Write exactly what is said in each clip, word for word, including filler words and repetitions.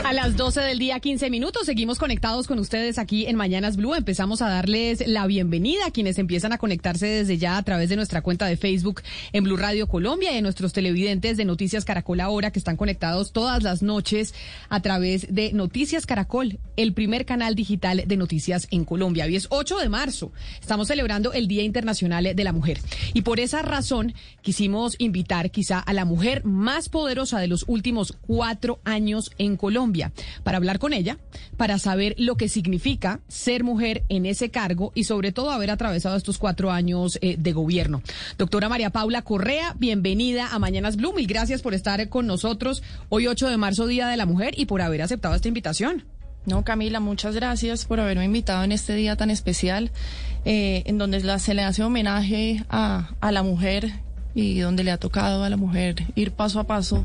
A las doce del día, quince minutos, seguimos conectados con ustedes aquí en Mañanas Blue. Empezamos a darles la bienvenida a quienes empiezan a conectarse desde ya a través de nuestra cuenta de Facebook en Blue Radio Colombia y a nuestros televidentes de Noticias Caracol Ahora, que están conectados todas las noches a través de Noticias Caracol, el primer canal digital de noticias en Colombia. Hoy es ocho de marzo, estamos celebrando el Día Internacional de la Mujer. Y por esa razón quisimos invitar quizá a la mujer más poderosa de los últimos cuatro años en Colombia, para hablar con ella, para saber lo que significa ser mujer en ese cargo y sobre todo haber atravesado estos cuatro años eh, de gobierno. Doctora María Paula Correa, bienvenida a Mañanas Blue. Mil gracias por estar con nosotros hoy ocho de marzo, Día de la Mujer, y por haber aceptado esta invitación. No, Camila, muchas gracias por haberme invitado en este día tan especial, eh, en donde la, se le hace homenaje a, a la mujer y donde le ha tocado a la mujer ir paso a paso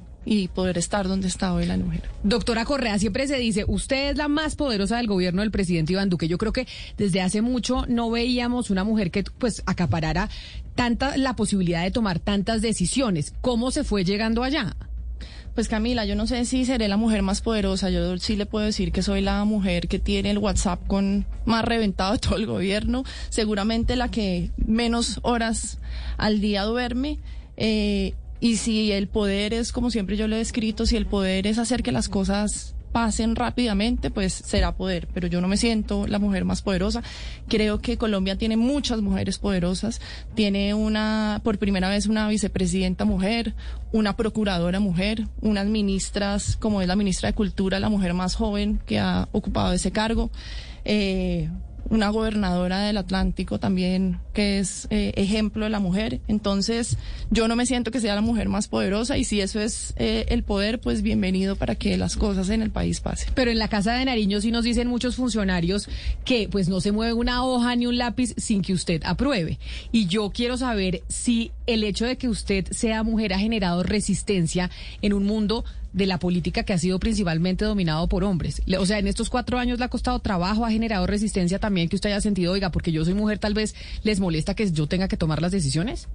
y poder estar donde está hoy la mujer. Doctora Correa, siempre se dice, usted es la más poderosa del gobierno del presidente Iván Duque. Yo creo que desde hace mucho no veíamos una mujer que pues acaparara tanta la posibilidad de tomar tantas decisiones. ¿Cómo se fue llegando allá? Pues Camila, yo no sé si seré la mujer más poderosa. Yo sí le puedo decir que soy la mujer que tiene el WhatsApp con más reventado de todo el gobierno, seguramente la que menos horas al día duerme. Eh, Y si el poder es, como siempre yo lo he escrito, si el poder es hacer que las cosas pasen rápidamente, pues será poder. Pero yo no me siento la mujer más poderosa. Creo que Colombia tiene muchas mujeres poderosas. Tiene una, por primera vez, una vicepresidenta mujer, una procuradora mujer, unas ministras, como es la ministra de Cultura, la mujer más joven que ha ocupado ese cargo. Eh... una gobernadora del Atlántico también, que es eh, ejemplo de la mujer. Entonces, yo no me siento que sea la mujer más poderosa, y si eso es eh, el poder, pues bienvenido para que las cosas en el país pasen. Pero en la Casa de Nariño sí nos dicen muchos funcionarios que pues no se mueve una hoja ni un lápiz sin que usted apruebe. Y yo quiero saber si el hecho de que usted sea mujer ha generado resistencia en un mundo de la política que ha sido principalmente dominado por hombres. O sea, en estos cuatro años le ha costado trabajo, ha generado resistencia también, que usted haya sentido, oiga, porque yo soy mujer, tal vez les molesta que yo tenga que tomar las decisiones.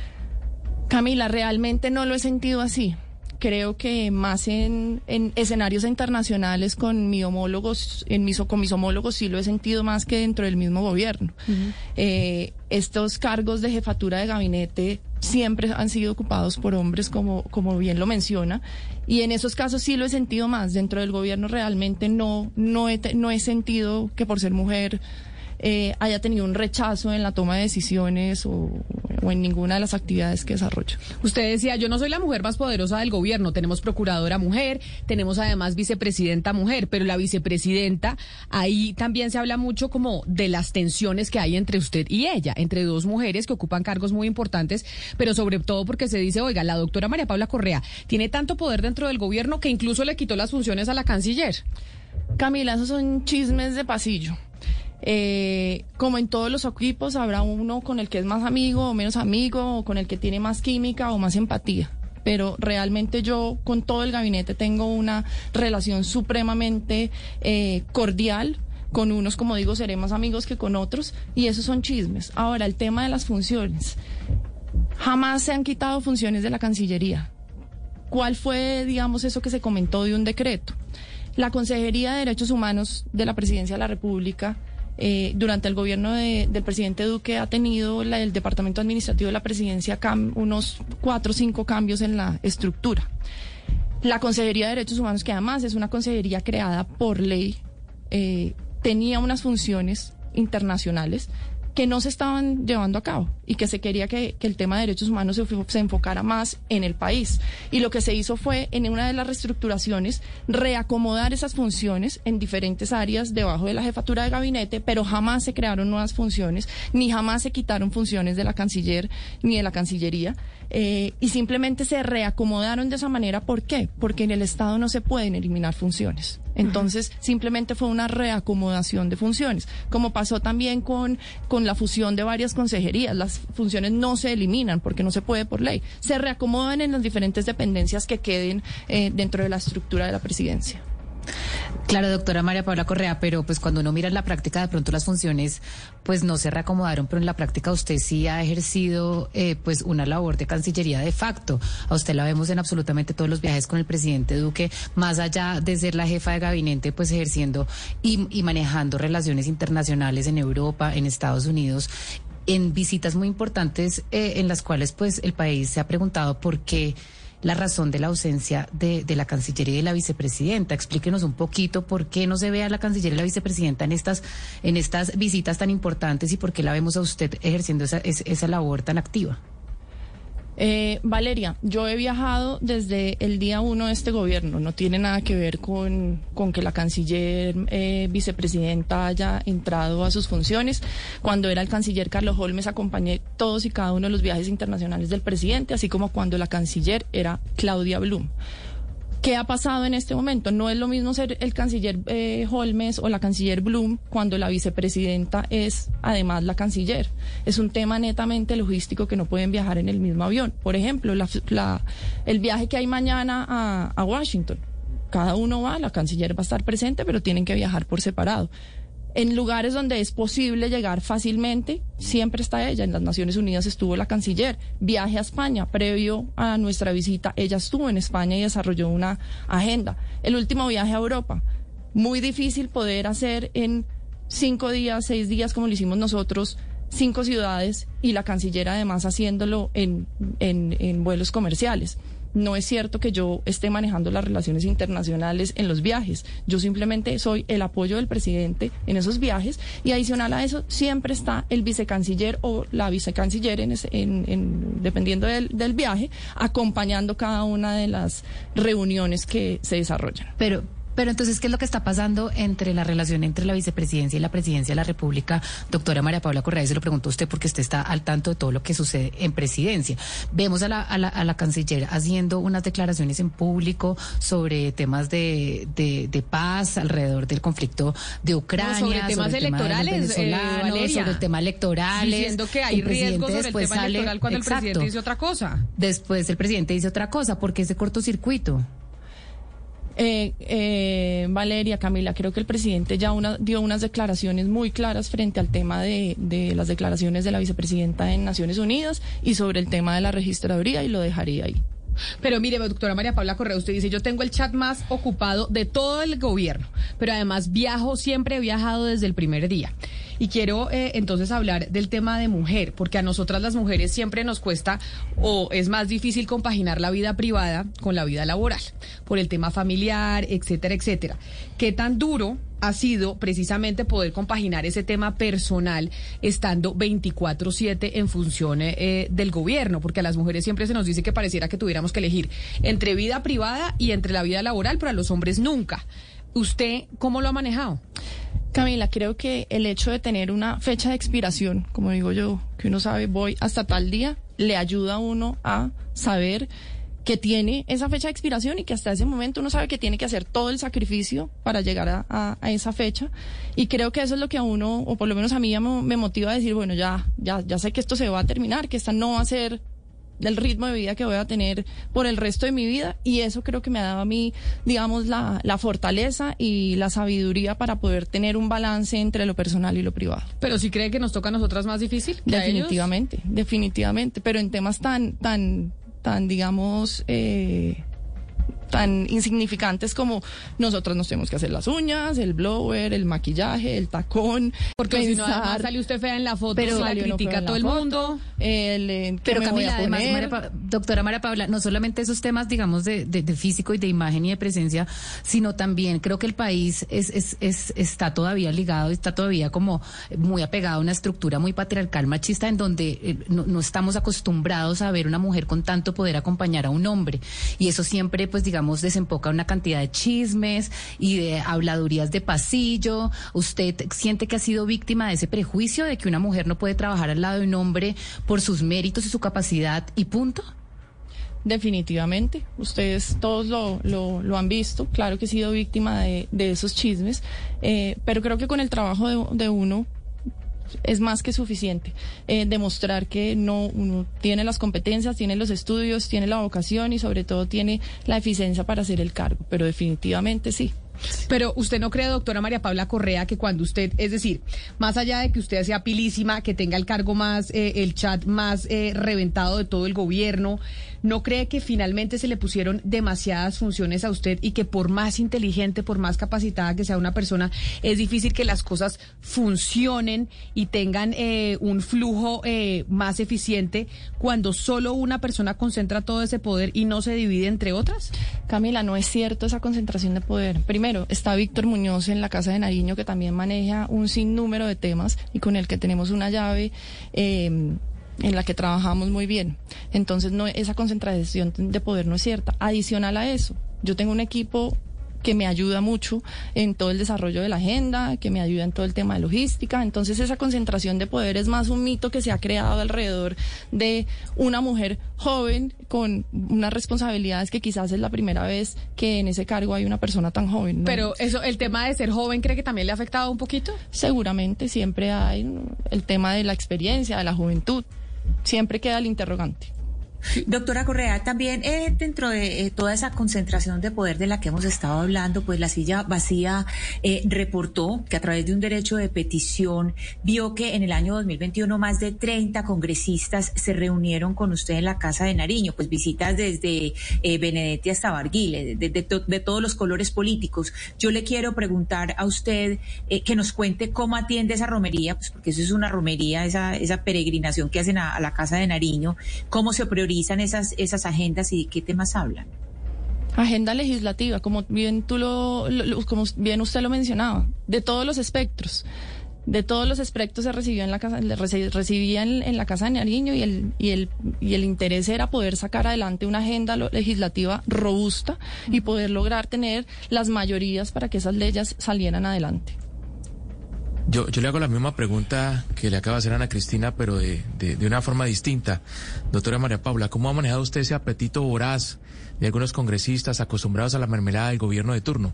Camila, realmente no lo he sentido así. Creo que más en, en escenarios internacionales con mis homólogos, en mis, con mis homólogos sí lo he sentido más que dentro del mismo gobierno. Uh-huh. Eh, estos cargos de jefatura de gabinete siempre han sido ocupados por hombres, como, como bien lo menciona, y en esos casos sí lo he sentido más. Dentro del gobierno realmente no, no, he, no he sentido que por ser mujer eh, haya tenido un rechazo en la toma de decisiones o, o en ninguna de las actividades que desarrollo. Usted decía, yo no soy la mujer más poderosa del gobierno, tenemos procuradora mujer, tenemos además vicepresidenta mujer, pero la vicepresidenta, ahí también se habla mucho como de las tensiones que hay entre usted y ella, entre dos mujeres que ocupan cargos muy importantes, pero sobre todo porque se dice, oiga, la doctora María Paula Correa tiene tanto poder dentro del gobierno que incluso le quitó las funciones a la canciller. Camila, esos son chismes de pasillo. Eh, como en todos los equipos, habrá uno con el que es más amigo o menos amigo, o con el que tiene más química o más empatía. Pero realmente yo con todo el gabinete tengo una relación supremamente eh, cordial. Con unos, como digo, seré más amigos que con otros, y esos son chismes. Ahora, el tema de las funciones. Jamás se han quitado funciones de la Cancillería. ¿Cuál fue, digamos, eso que se comentó de un decreto? La Consejería de Derechos Humanos de la Presidencia de la República, Eh, durante el gobierno de, del presidente Duque, ha tenido la, el Departamento Administrativo de la Presidencia cam, unos cuatro o cinco cambios en la estructura. La Consejería de Derechos Humanos, que además es una consejería creada por ley, eh, tenía unas funciones internacionales que no se estaban llevando a cabo y que se quería que, que el tema de derechos humanos se, se enfocara más en el país. Y lo que se hizo fue, en una de las reestructuraciones, reacomodar esas funciones en diferentes áreas debajo de la jefatura de gabinete, pero jamás se crearon nuevas funciones, ni jamás se quitaron funciones de la canciller ni de la Cancillería, eh, y simplemente se reacomodaron de esa manera. ¿Por qué? Porque en el Estado no se pueden eliminar funciones. Entonces, simplemente fue una reacomodación de funciones, como pasó también con, con la fusión de varias consejerías. Las funciones no se eliminan porque no se puede por ley, se reacomodan en las diferentes dependencias que queden eh, dentro de la estructura de la presidencia. Claro, doctora María Paula Correa, pero pues cuando uno mira en la práctica, de pronto las funciones pues no se reacomodaron, pero en la práctica usted sí ha ejercido eh, pues una labor de Cancillería de facto. A usted la vemos en absolutamente todos los viajes con el presidente Duque, más allá de ser la jefa de gabinete, pues ejerciendo y, y manejando relaciones internacionales en Europa, en Estados Unidos, en visitas muy importantes eh, en las cuales pues el país se ha preguntado por qué la razón de la ausencia de, de la Cancillería y de la vicepresidenta. Explíquenos un poquito por qué no se ve a la Cancillería y la vicepresidenta en estas, en estas visitas tan importantes y por qué la vemos a usted ejerciendo esa, esa labor tan activa. Eh, Valeria, yo he viajado desde el día uno de este gobierno. No tiene nada que ver con, con que la canciller eh, vicepresidenta haya entrado a sus funciones. Cuando era el canciller Carlos Holmes, acompañé todos y cada uno de los viajes internacionales del presidente, así como cuando la canciller era Claudia Blum. ¿Qué ha pasado en este momento? No es lo mismo ser el canciller eh, Holmes o la canciller Blum cuando la vicepresidenta es además la canciller. Es un tema netamente logístico que no pueden viajar en el mismo avión. Por ejemplo, la, la, el viaje que hay mañana a, a Washington. Cada uno va, la canciller va a estar presente, pero tienen que viajar por separado. En lugares donde es posible llegar fácilmente, siempre está ella. En las Naciones Unidas estuvo la canciller. Viaje a España, previo a nuestra visita, ella estuvo en España y desarrolló una agenda. El último viaje a Europa, muy difícil poder hacer en cinco días, seis días, como lo hicimos nosotros, cinco ciudades, y la canciller además haciéndolo en, en, en vuelos comerciales. No es cierto que yo esté manejando las relaciones internacionales en los viajes. Yo simplemente soy el apoyo del presidente en esos viajes, y adicional a eso siempre está el vicecanciller o la vicecanciller, en ese, en, en, dependiendo del, del viaje, acompañando cada una de las reuniones que se desarrollan. Pero... Pero entonces, ¿qué es lo que está pasando entre la relación entre la vicepresidencia y la presidencia de la República? Doctora María Paula Correa, y se lo pregunto a usted porque usted está al tanto de todo lo que sucede en presidencia. Vemos a la, a la, a la canciller haciendo unas declaraciones en público sobre temas de, de, de paz alrededor del conflicto de Ucrania, no, sobre temas sobre electorales, el eh, Valeria, sobre el tema electorales, diciendo que hay riesgos sobre el tema sale, electoral cuando exacto, el presidente dice otra cosa. Después el presidente dice otra cosa. ¿Por qué ese cortocircuito? Eh, eh, Valeria, Camila, creo que el presidente ya una, dio unas declaraciones muy claras frente al tema de, de las declaraciones de la vicepresidenta en Naciones Unidas y sobre el tema de la registraduría, y lo dejaría ahí. Pero mire, doctora María Paula Correa, usted dice, yo tengo el chat más ocupado de todo el gobierno, pero además viajo, siempre he viajado desde el primer día. Y quiero eh, entonces hablar del tema de mujer, porque a nosotras las mujeres siempre nos cuesta o es más difícil compaginar la vida privada con la vida laboral, por el tema familiar, etcétera, etcétera. ¿Qué tan duro ha sido precisamente poder compaginar ese tema personal estando veinticuatro siete en función eh, del gobierno? Porque a las mujeres siempre se nos dice que pareciera que tuviéramos que elegir entre vida privada y entre la vida laboral, pero a los hombres nunca. ¿Usted cómo lo ha manejado? Camila, creo que el hecho de tener una fecha de expiración, como digo yo, que uno sabe, voy hasta tal día, le ayuda a uno a saber que tiene esa fecha de expiración y que hasta ese momento uno sabe que tiene que hacer todo el sacrificio para llegar a, a, a esa fecha. Y creo que eso es lo que a uno, o por lo menos a mí, ya me, me motiva a decir, bueno, ya, ya, ya sé que esto se va a terminar, que esta no va a ser del ritmo de vida que voy a tener por el resto de mi vida, y eso creo que me ha dado a mí, digamos, la, la fortaleza y la sabiduría para poder tener un balance entre lo personal y lo privado. ¿Pero sí cree que nos toca a nosotras más difícil? Definitivamente, definitivamente, pero en temas tan, tan, tan, digamos, eh, tan insignificantes como nosotras nos tenemos que hacer las uñas, el blower, el maquillaje, el tacón. Porque pensar, si no, además sale usted fea en la foto, pero la critica a todo el foto, mundo. El, eh, pero Camila, además, María pa doctora María Paula, no solamente esos temas, digamos, de, de, de físico y de imagen y de presencia, sino también creo que el país es, es, es, está todavía ligado, está todavía como muy apegado a una estructura muy patriarcal, machista, en donde eh, no, no estamos acostumbrados a ver una mujer con tanto poder acompañar a un hombre. Y eso siempre, pues, digamos, desemboca una cantidad de chismes y de habladurías de pasillo. ¿Usted siente que ha sido víctima de ese prejuicio de que una mujer no puede trabajar al lado de un hombre por sus méritos y su capacidad y punto? Definitivamente, ustedes todos lo, lo, lo han visto, claro que he sido víctima de, de esos chismes, eh, pero creo que con el trabajo de, de uno es más que suficiente eh, demostrar que no uno tiene las competencias, tiene los estudios, tiene la vocación y sobre todo tiene la eficiencia para hacer el cargo, pero definitivamente sí. Pero usted no cree, doctora María Paula Correa, que cuando usted, es decir, más allá de que usted sea pilísima, que tenga el cargo más, eh, el chat más eh, reventado de todo el gobierno, ¿no cree que finalmente se le pusieron demasiadas funciones a usted y que por más inteligente, por más capacitada que sea una persona, es difícil que las cosas funcionen y tengan eh, un flujo eh, más eficiente cuando solo una persona concentra todo ese poder y no se divide entre otras? Camila, no es cierto esa concentración de poder. Primero, está Víctor Muñoz en la Casa de Nariño, que también maneja un sinnúmero de temas y con el que tenemos una llave eh, en la que trabajamos muy bien. Entonces, no, esa concentración de poder no es cierta. Adicional a eso, yo tengo un equipo que me ayuda mucho en todo el desarrollo de la agenda, que me ayuda en todo el tema de logística. Entonces, esa concentración de poder es más un mito que se ha creado alrededor de una mujer joven con unas responsabilidades que quizás es la primera vez que en ese cargo hay una persona tan joven, ¿no? Pero eso, el tema de ser joven, ¿cree que también le ha afectado un poquito? Seguramente siempre hay, ¿no?, el tema de la experiencia, de la juventud. Siempre queda el interrogante. Doctora Correa, también eh, dentro de eh, toda esa concentración de poder de la que hemos estado hablando, pues la silla vacía eh, reportó que a través de un derecho de petición vio que en el año dos mil veintiuno más de treinta congresistas se reunieron con usted en la Casa de Nariño, pues visitas desde eh, Benedetti hasta Barguile, de, de, de, de todos los colores políticos. Yo le quiero preguntar a usted eh, que nos cuente cómo atiende esa romería, pues porque eso es una romería, esa, esa peregrinación que hacen a, a la Casa de Nariño, cómo se priorizan esas esas agendas y de qué temas hablan. Agenda legislativa, como bien tú lo, lo como bien usted lo mencionaba, de todos los espectros, de todos los espectros se recibió en la casa, recibía en, en la Casa de Nariño y el y el y el interés era poder sacar adelante una agenda legislativa robusta y poder lograr tener las mayorías para que esas leyes salieran adelante. Yo, yo le hago la misma pregunta que le acaba de hacer Ana Cristina, pero de, de, de una forma distinta. Doctora María Paula, ¿cómo ha manejado usted ese apetito voraz de algunos congresistas acostumbrados a la mermelada del gobierno de turno?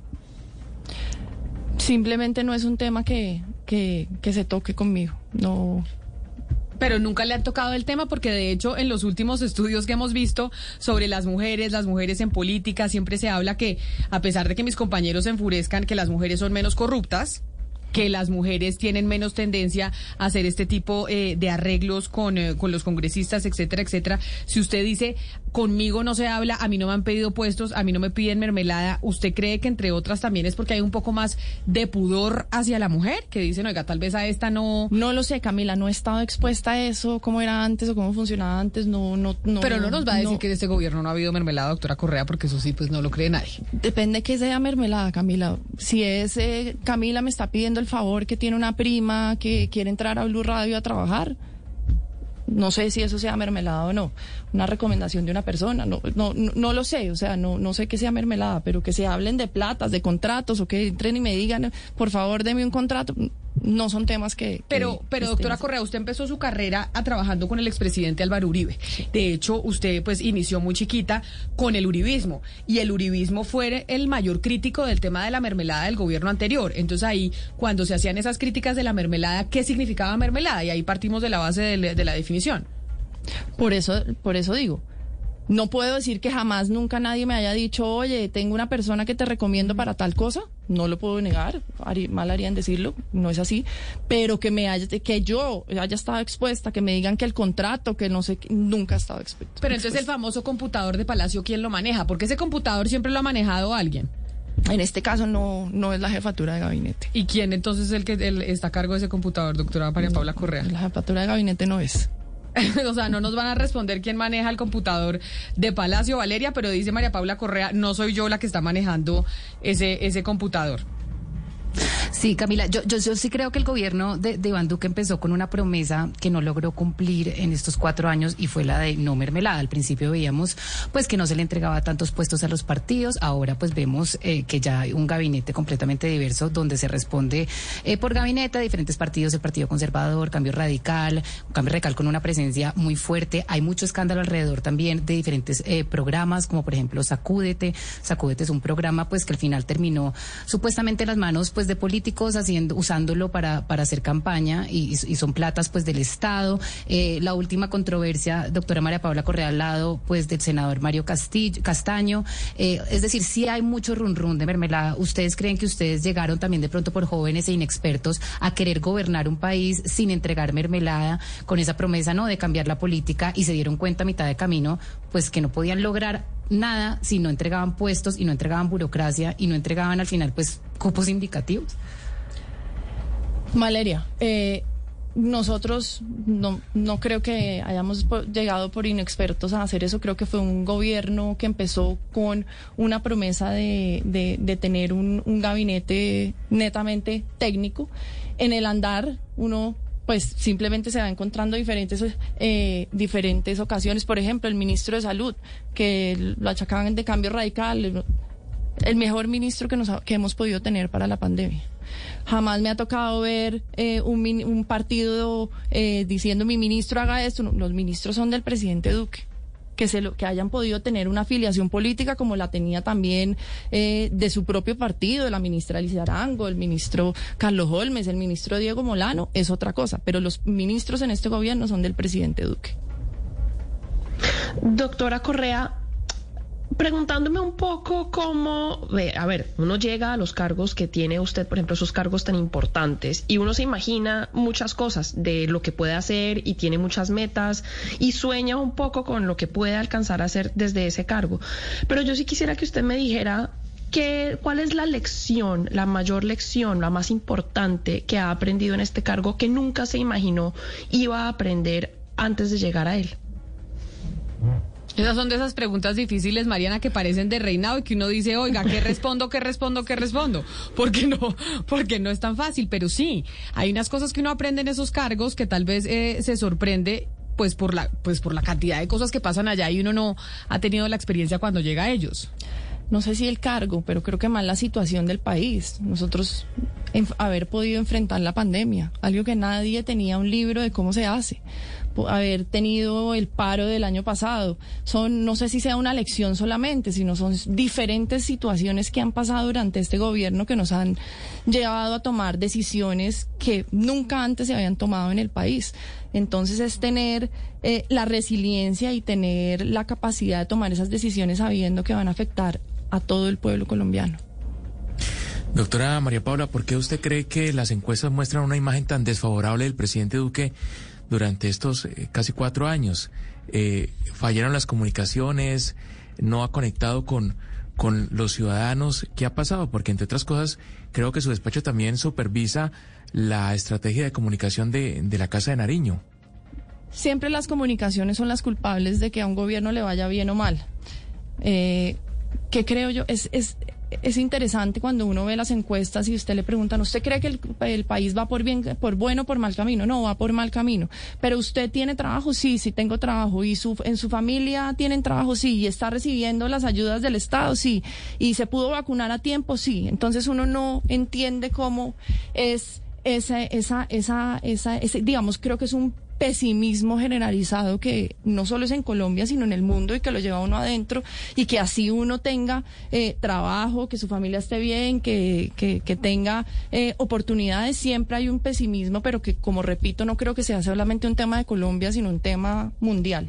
Simplemente no es un tema que, que, que se toque conmigo. No. Pero nunca le han tocado el tema porque de hecho en los últimos estudios que hemos visto sobre las mujeres, las mujeres en política, siempre se habla que a pesar de que mis compañeros se enfurezcan que las mujeres son menos corruptas, que las mujeres tienen menos tendencia a hacer este tipo eh, de arreglos con, eh, con los congresistas, etcétera, etcétera. Si usted dice, conmigo no se habla, a mí no me han pedido puestos, a mí no me piden mermelada, ¿usted cree que entre otras también es porque hay un poco más de pudor hacia la mujer? Que dicen, oiga, tal vez a esta no... No lo sé, Camila, no he estado expuesta a eso, cómo era antes o cómo funcionaba antes, no... no, no Pero no nos va a decir no. que en este gobierno no ha habido mermelada, doctora Correa, porque eso sí, pues no lo cree nadie. Depende que sea mermelada, Camila. Si es, eh, Camila me está pidiendo el favor que tiene una prima que quiere entrar a Blue Radio a trabajar, no sé si eso sea mermelada o no, una recomendación de una persona, no, no, no, no lo sé, o sea, no, no sé que sea mermelada, pero que se hablen de platas, de contratos, o que entren y me digan, por favor, deme un contrato, no son temas que... Pero, que pero doctora Correa, usted empezó su carrera a trabajando con el expresidente Álvaro Uribe. De hecho, usted pues inició muy chiquita con el uribismo, y el uribismo fue el mayor crítico del tema de la mermelada del gobierno anterior. Entonces ahí, cuando se hacían esas críticas de la mermelada, ¿qué significaba mermelada? Y ahí partimos de la base de, de la definición. Por eso, por eso digo, no puedo decir que jamás, nunca nadie me haya dicho, oye, tengo una persona que te recomiendo para tal cosa. No lo puedo negar, haría, mal haría en decirlo, no es así. Pero que me haya, que yo haya estado expuesta, que me digan que el contrato, que no sé, nunca he estado expuesta. Pero entonces el famoso computador de Palacio, ¿quién lo maneja? Porque ese computador siempre lo ha manejado alguien. En este caso no, no es la jefatura de gabinete. ¿Y quién entonces es el que el, está a cargo de ese computador, doctora María Paula Correa? La jefatura de gabinete no es. O sea, no nos van a responder quién maneja el computador de Palacio, Valeria, pero dice María Paula Correa, no soy yo la que está manejando ese, ese computador. Sí, Camila, yo, yo, yo sí creo que el gobierno de, de Iván Duque empezó con una promesa que no logró cumplir en estos cuatro años y fue la de no mermelada. Al principio veíamos pues que no se le entregaba tantos puestos a los partidos, ahora pues vemos eh, que ya hay un gabinete completamente diverso donde se responde eh, por gabinete a diferentes partidos, el Partido Conservador, Cambio Radical, Cambio Radical con una presencia muy fuerte. Hay mucho escándalo alrededor también de diferentes eh, programas, como por ejemplo Sacúdete. Sacúdete es un programa pues que al final terminó supuestamente en las manos pues de políticos políticos haciendo, usándolo para, para hacer campaña y, y son platas pues del Estado. Eh, la última controversia, doctora María Paula Correa, al lado pues del senador Mario Castillo, Castaño. Eh, es decir, sí hay mucho run run de mermelada. ¿Ustedes creen que ustedes llegaron también de pronto por jóvenes e inexpertos a querer gobernar un país sin entregar mermelada, con esa promesa, ¿no?, de cambiar la política, y se dieron cuenta a mitad de camino pues que no podían lograr nada si no entregaban puestos y no entregaban burocracia y no entregaban al final pues cupos indicativos? Valeria, eh, nosotros no, no creo que hayamos po- llegado por inexpertos a hacer eso. Creo que fue un gobierno que empezó con una promesa de, de, de tener un, un gabinete netamente técnico. En el andar, uno pues simplemente se va encontrando diferentes eh, diferentes ocasiones. Por ejemplo, el ministro de Salud, que lo achacaban de cambio radical, el mejor ministro que, nos ha, que hemos podido tener para la pandemia. Jamás me ha tocado ver eh, un, un partido eh, diciendo mi ministro haga esto. No, los ministros son del presidente Duque. Que, se lo, que hayan podido tener una afiliación política como la tenía también eh, de su propio partido, la ministra Alicia Arango, el ministro Carlos Holmes, el ministro Diego Molano, es otra cosa. Pero los ministros en este gobierno son del presidente Duque. Doctora Correa, preguntándome un poco cómo, a ver, uno llega a los cargos que tiene usted, por ejemplo, esos cargos tan importantes, y uno se imagina muchas cosas de lo que puede hacer y tiene muchas metas y sueña un poco con lo que puede alcanzar a hacer desde ese cargo. Pero yo sí quisiera que usted me dijera que, ¿cuál es la lección, la mayor lección, la más importante que ha aprendido en este cargo que nunca se imaginó iba a aprender antes de llegar a él? Esas son de esas preguntas difíciles, Mariana, que parecen de reinado y que uno dice, oiga, ¿qué respondo, qué respondo, qué respondo? Porque no, porque no es tan fácil, pero sí, hay unas cosas que uno aprende en esos cargos que tal vez eh, se sorprende pues por la, pues por la cantidad de cosas que pasan allá y uno no ha tenido la experiencia cuando llega a ellos. No sé si el cargo, pero creo que más la situación del país. Nosotros en, haber podido enfrentar la pandemia, algo que nadie tenía un libro de cómo se hace. Haber tenido el paro del año pasado, son, no sé si sea una lección solamente, sino son diferentes situaciones que han pasado durante este gobierno que nos han llevado a tomar decisiones que nunca antes se habían tomado en el país. Entonces es tener eh, la resiliencia y tener la capacidad de tomar esas decisiones sabiendo que van a afectar a todo el pueblo colombiano. Doctora María Paula, ¿por qué usted cree que las encuestas muestran una imagen tan desfavorable del presidente Duque durante estos eh, casi cuatro años? Eh, fallaron las comunicaciones, no ha conectado con, con los ciudadanos. ¿Qué ha pasado? Porque, entre otras cosas, creo que su despacho también supervisa la estrategia de comunicación de, de la Casa de Nariño. Siempre las comunicaciones son las culpables de que a un gobierno le vaya bien o mal. Eh, ¿Qué creo yo? Es... es Es interesante cuando uno ve las encuestas y usted le preguntan, ¿usted cree que el, el país va por bien, por bueno o por mal camino? No, va por mal camino. Pero ¿usted tiene trabajo? Sí, sí tengo trabajo. ¿Y su, en su familia tienen trabajo? Sí. ¿Y está recibiendo las ayudas del Estado? Sí. ¿Y se pudo vacunar a tiempo? Sí. Entonces uno no entiende cómo es esa, esa, esa, esa, ese, digamos, creo que es un pesimismo generalizado que no solo es en Colombia, sino en el mundo, y que lo lleva uno adentro, y que así uno tenga eh, trabajo, que su familia esté bien, que, que, que tenga eh, oportunidades. Siempre hay un pesimismo, pero que, como repito, no creo que sea solamente un tema de Colombia, sino un tema mundial.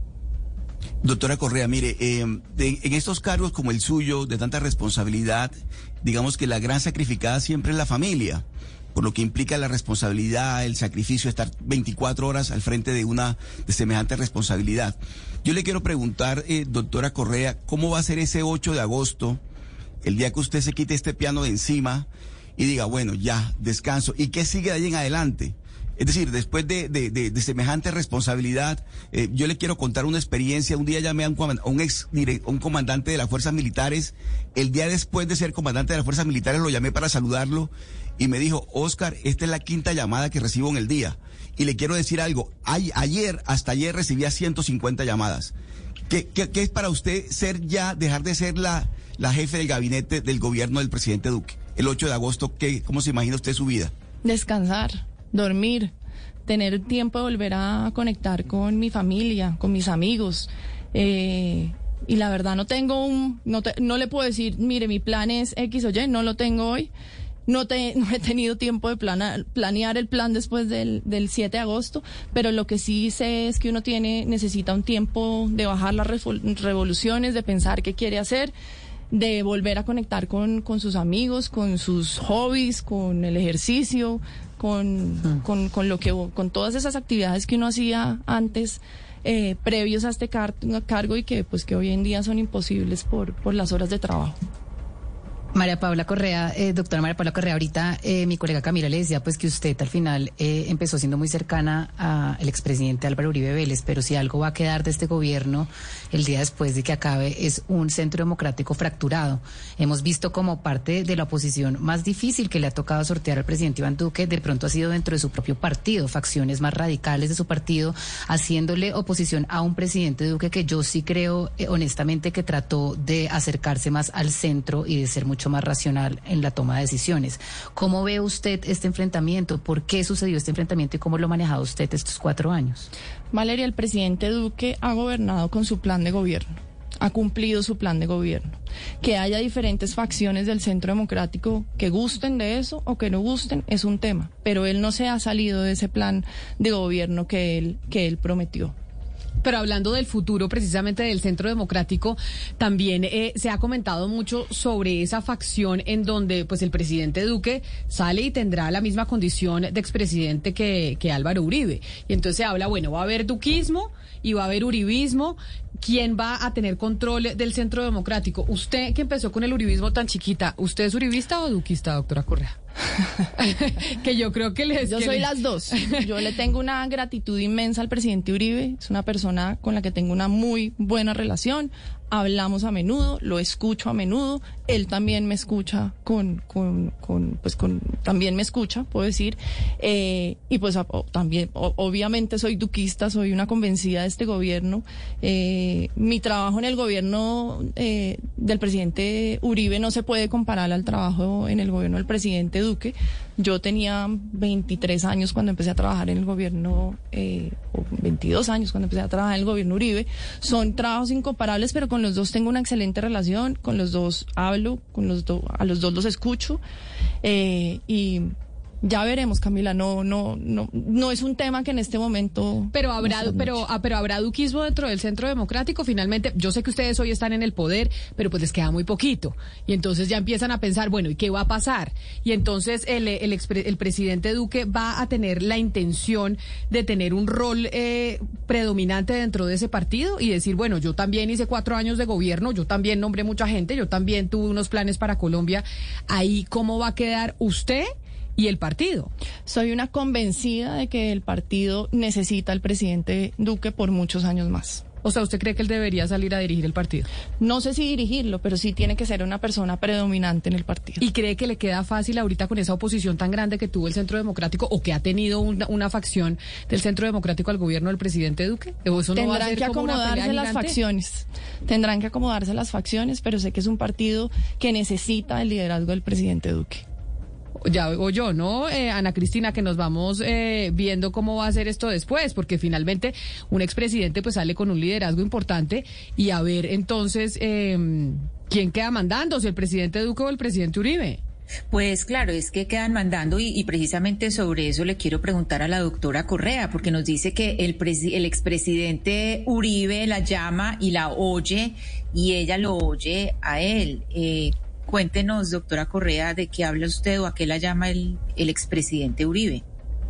Doctora Correa, mire, eh, de, en estos cargos como el suyo, de tanta responsabilidad, digamos que la gran sacrificada siempre es la familia, por lo que implica la responsabilidad, el sacrificio, estar veinticuatro horas al frente de una de semejante responsabilidad. Yo le quiero preguntar, eh, doctora Correa, ¿cómo va a ser ese ocho de agosto, el día que usted se quite este piano de encima y diga, bueno, ya, descanso? ¿Y qué sigue de ahí en adelante? Es decir, después de, de, de, de semejante responsabilidad, eh, yo le quiero contar una experiencia. Un día llamé a un, a un ex direct, un comandante de las fuerzas militares. El día después de ser comandante de las fuerzas militares lo llamé para saludarlo y me dijo, Oscar, esta es la quinta llamada que recibo en el día. Y le quiero decir algo, Ay, ayer, hasta ayer recibía ciento cincuenta llamadas. ¿Qué, qué, qué es para usted ser ya, dejar de ser la, la jefe del gabinete del gobierno del presidente Duque? El ocho de agosto, ¿qué, ¿cómo se imagina usted su vida? Descansar, dormir, tener tiempo de volver a conectar con mi familia, con mis amigos. Eh, y la verdad no tengo un, no, te, no le puedo decir, mire, mi plan es X o Y, no lo tengo hoy. No, te, no he tenido tiempo de plana, planear el plan después del, del siete de agosto, pero lo que sí sé es que uno tiene necesita un tiempo de bajar las revoluciones, de pensar qué quiere hacer, de volver a conectar con, con sus amigos, con sus hobbies, con el ejercicio, con, uh-huh. con, con, lo que, con todas esas actividades que uno hacía antes, eh, previos a este car- cargo y que, pues, que hoy en día son imposibles por, por las horas de trabajo. María Paula Correa, eh, doctora María Paula Correa, ahorita eh, mi colega Camila le decía pues que usted al final eh, empezó siendo muy cercana al expresidente Álvaro Uribe Vélez, pero si algo va a quedar de este gobierno el día después de que acabe es un centro democrático fracturado. Hemos visto como parte de la oposición más difícil que le ha tocado sortear al presidente Iván Duque, de pronto ha sido dentro de su propio partido, facciones más radicales de su partido, haciéndole oposición a un presidente Duque que yo sí creo eh, honestamente que trató de acercarse más al centro y de ser mucho más racional en la toma de decisiones. ¿Cómo ve usted este enfrentamiento? ¿Por qué sucedió este enfrentamiento y cómo lo ha manejado usted estos cuatro años? Valeria, el presidente Duque ha gobernado con su plan de gobierno, ha cumplido su plan de gobierno. Que haya diferentes facciones del Centro Democrático que gusten de eso o que no gusten es un tema, pero él no se ha salido de ese plan de gobierno que él, que él prometió. Pero hablando del futuro precisamente del Centro Democrático, también eh, se ha comentado mucho sobre esa facción en donde pues el presidente Duque sale y tendrá la misma condición de expresidente que, que Álvaro Uribe. Y entonces se habla, bueno, va a haber duquismo y va a haber uribismo. ¿Quién va a tener control del Centro Democrático? Usted que empezó con el uribismo tan chiquita, ¿usted es uribista o duquista, doctora Correa? Que yo creo que les... Yo que soy les... las dos. Yo le tengo una gratitud inmensa al presidente Uribe. Es una persona con la que tengo una muy buena relación. Hablamos a menudo, lo escucho a menudo. Él también me escucha con, con, con pues con, también me escucha, puedo decir. Eh, y pues o, también, o, obviamente soy duquista, soy una convencida de este gobierno. Eh, mi trabajo en el gobierno eh, del presidente Uribe no se puede comparar al trabajo en el gobierno del presidente Duque. Yo tenía veintitrés años cuando empecé a trabajar en el gobierno, eh, o veintidós años cuando empecé a trabajar en el gobierno Uribe. Son trabajos incomparables, pero con los dos tengo una excelente relación, con los dos hablo, con los dos, a los dos los escucho, eh, y ya veremos, Camila, no, no, no, no es un tema que en este momento. Pero habrá, pero, ah, pero habrá duquismo dentro del Centro Democrático. Finalmente, yo sé que ustedes hoy están en el poder, pero pues les queda muy poquito. Y entonces ya empiezan a pensar, bueno, ¿y qué va a pasar? Y entonces el, el, expre, el presidente Duque va a tener la intención de tener un rol eh, predominante dentro de ese partido y decir, bueno, yo también hice cuatro años de gobierno, yo también nombré mucha gente, yo también tuve unos planes para Colombia. Ahí, ¿cómo va a quedar usted y el partido? Soy una convencida de que el partido necesita al presidente Duque por muchos años más. O sea, ¿usted cree que él debería salir a dirigir el partido? No sé si dirigirlo, pero sí tiene que ser una persona predominante en el partido. ¿Y cree que le queda fácil ahorita con esa oposición tan grande que tuvo el Centro Democrático o que ha tenido una, una facción del Centro Democrático al gobierno del presidente Duque? ¿O eso no Tendrán va a ser que como una acomodarse pelea las gigante? facciones. Tendrán que acomodarse las facciones, pero sé que es un partido que necesita el liderazgo del presidente Duque. Ya oigo yo, ¿no, eh, Ana Cristina? Que nos vamos eh, viendo cómo va a ser esto después, porque finalmente un expresidente pues sale con un liderazgo importante y a ver entonces eh, quién queda mandando, si el presidente Duque o el presidente Uribe. Pues claro, es que quedan mandando y, y precisamente sobre eso le quiero preguntar a la doctora Correa, porque nos dice que el, presi- el expresidente Uribe la llama y la oye y ella lo oye a él. Eh, Cuéntenos, doctora Correa, de qué habla usted o a qué la llama el, el expresidente Uribe.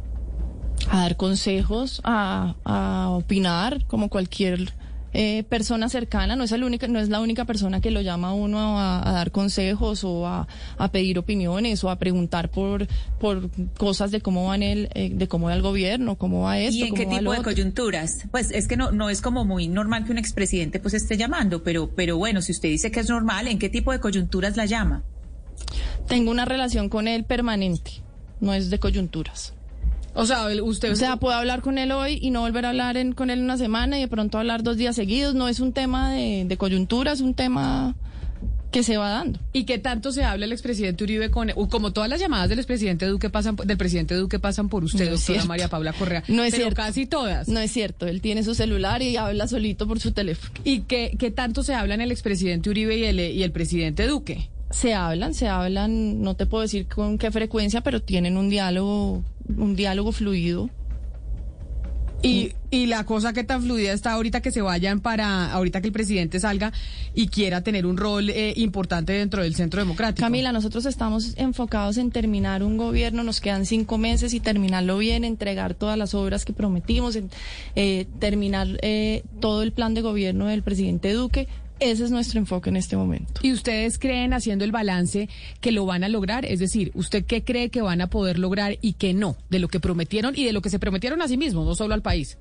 A dar consejos, a, a opinar, como cualquier eh, persona cercana. No es el única, no es la única persona que lo llama a uno a, a dar consejos o a, a pedir opiniones o a preguntar por por cosas de cómo va en el, eh, de cómo va el gobierno, cómo va esto, ¿Y en qué cómo va tipo lo de otro. coyunturas? Pues es que no no es como muy normal que un expresidente pues esté llamando, pero pero bueno, si usted dice que es normal, ¿en qué tipo de coyunturas la llama? Tengo una relación con él permanente, no es de coyunturas. O sea, usted... O sea, puedo hablar con él hoy y no volver a hablar en, con él una semana y de pronto hablar dos días seguidos. No es un tema de, de coyuntura, es un tema que se va dando. ¿Y qué tanto se habla el expresidente Uribe con, como todas las llamadas del expresidente Duque pasan del presidente Duque pasan por usted, No es doctora cierto. María Paula Correa? No es pero cierto. Casi todas. No es cierto, él tiene su celular y habla solito por su teléfono. ¿Y qué, qué tanto se hablan el expresidente Uribe y el, y el presidente Duque? Se hablan, se hablan, no te puedo decir con qué frecuencia, pero tienen un diálogo, un diálogo fluido. Y, y la cosa que tan fluida está ahorita que se vayan para, ahorita que el presidente salga y quiera tener un rol eh, importante dentro del Centro Democrático. Camila, nosotros estamos enfocados en terminar un gobierno, nos quedan cinco meses y terminarlo bien, entregar todas las obras que prometimos, en, eh, terminar eh, todo el plan de gobierno del presidente Duque. Ese es nuestro enfoque en este momento. ¿Y ustedes creen, haciendo el balance, que lo van a lograr? Es decir, ¿usted qué cree que van a poder lograr y qué no? De lo que prometieron y de lo que se prometieron a sí mismos, no solo al país.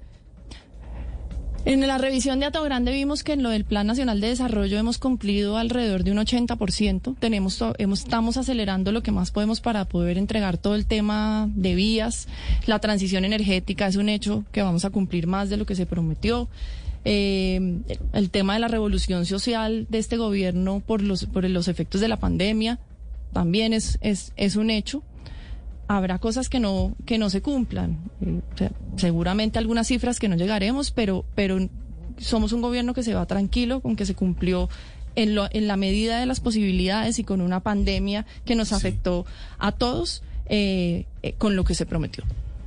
En la revisión de Hato Grande vimos que en lo del Plan Nacional de Desarrollo hemos cumplido alrededor de un ochenta por ciento. Tenemos, hemos, estamos acelerando lo que más podemos para poder entregar todo el tema de vías. La transición energética es un hecho que vamos a cumplir más de lo que se prometió. Eh, el tema de la revolución social de este gobierno por los por los efectos de la pandemia también es es, es un hecho. Habrá cosas que no que no se cumplan, eh, o sea, seguramente algunas cifras que no llegaremos, pero pero somos un gobierno que se va tranquilo con que se cumplió en lo, en la medida de las posibilidades y con una pandemia que nos afectó sí. a todos eh, eh, con lo que se prometió.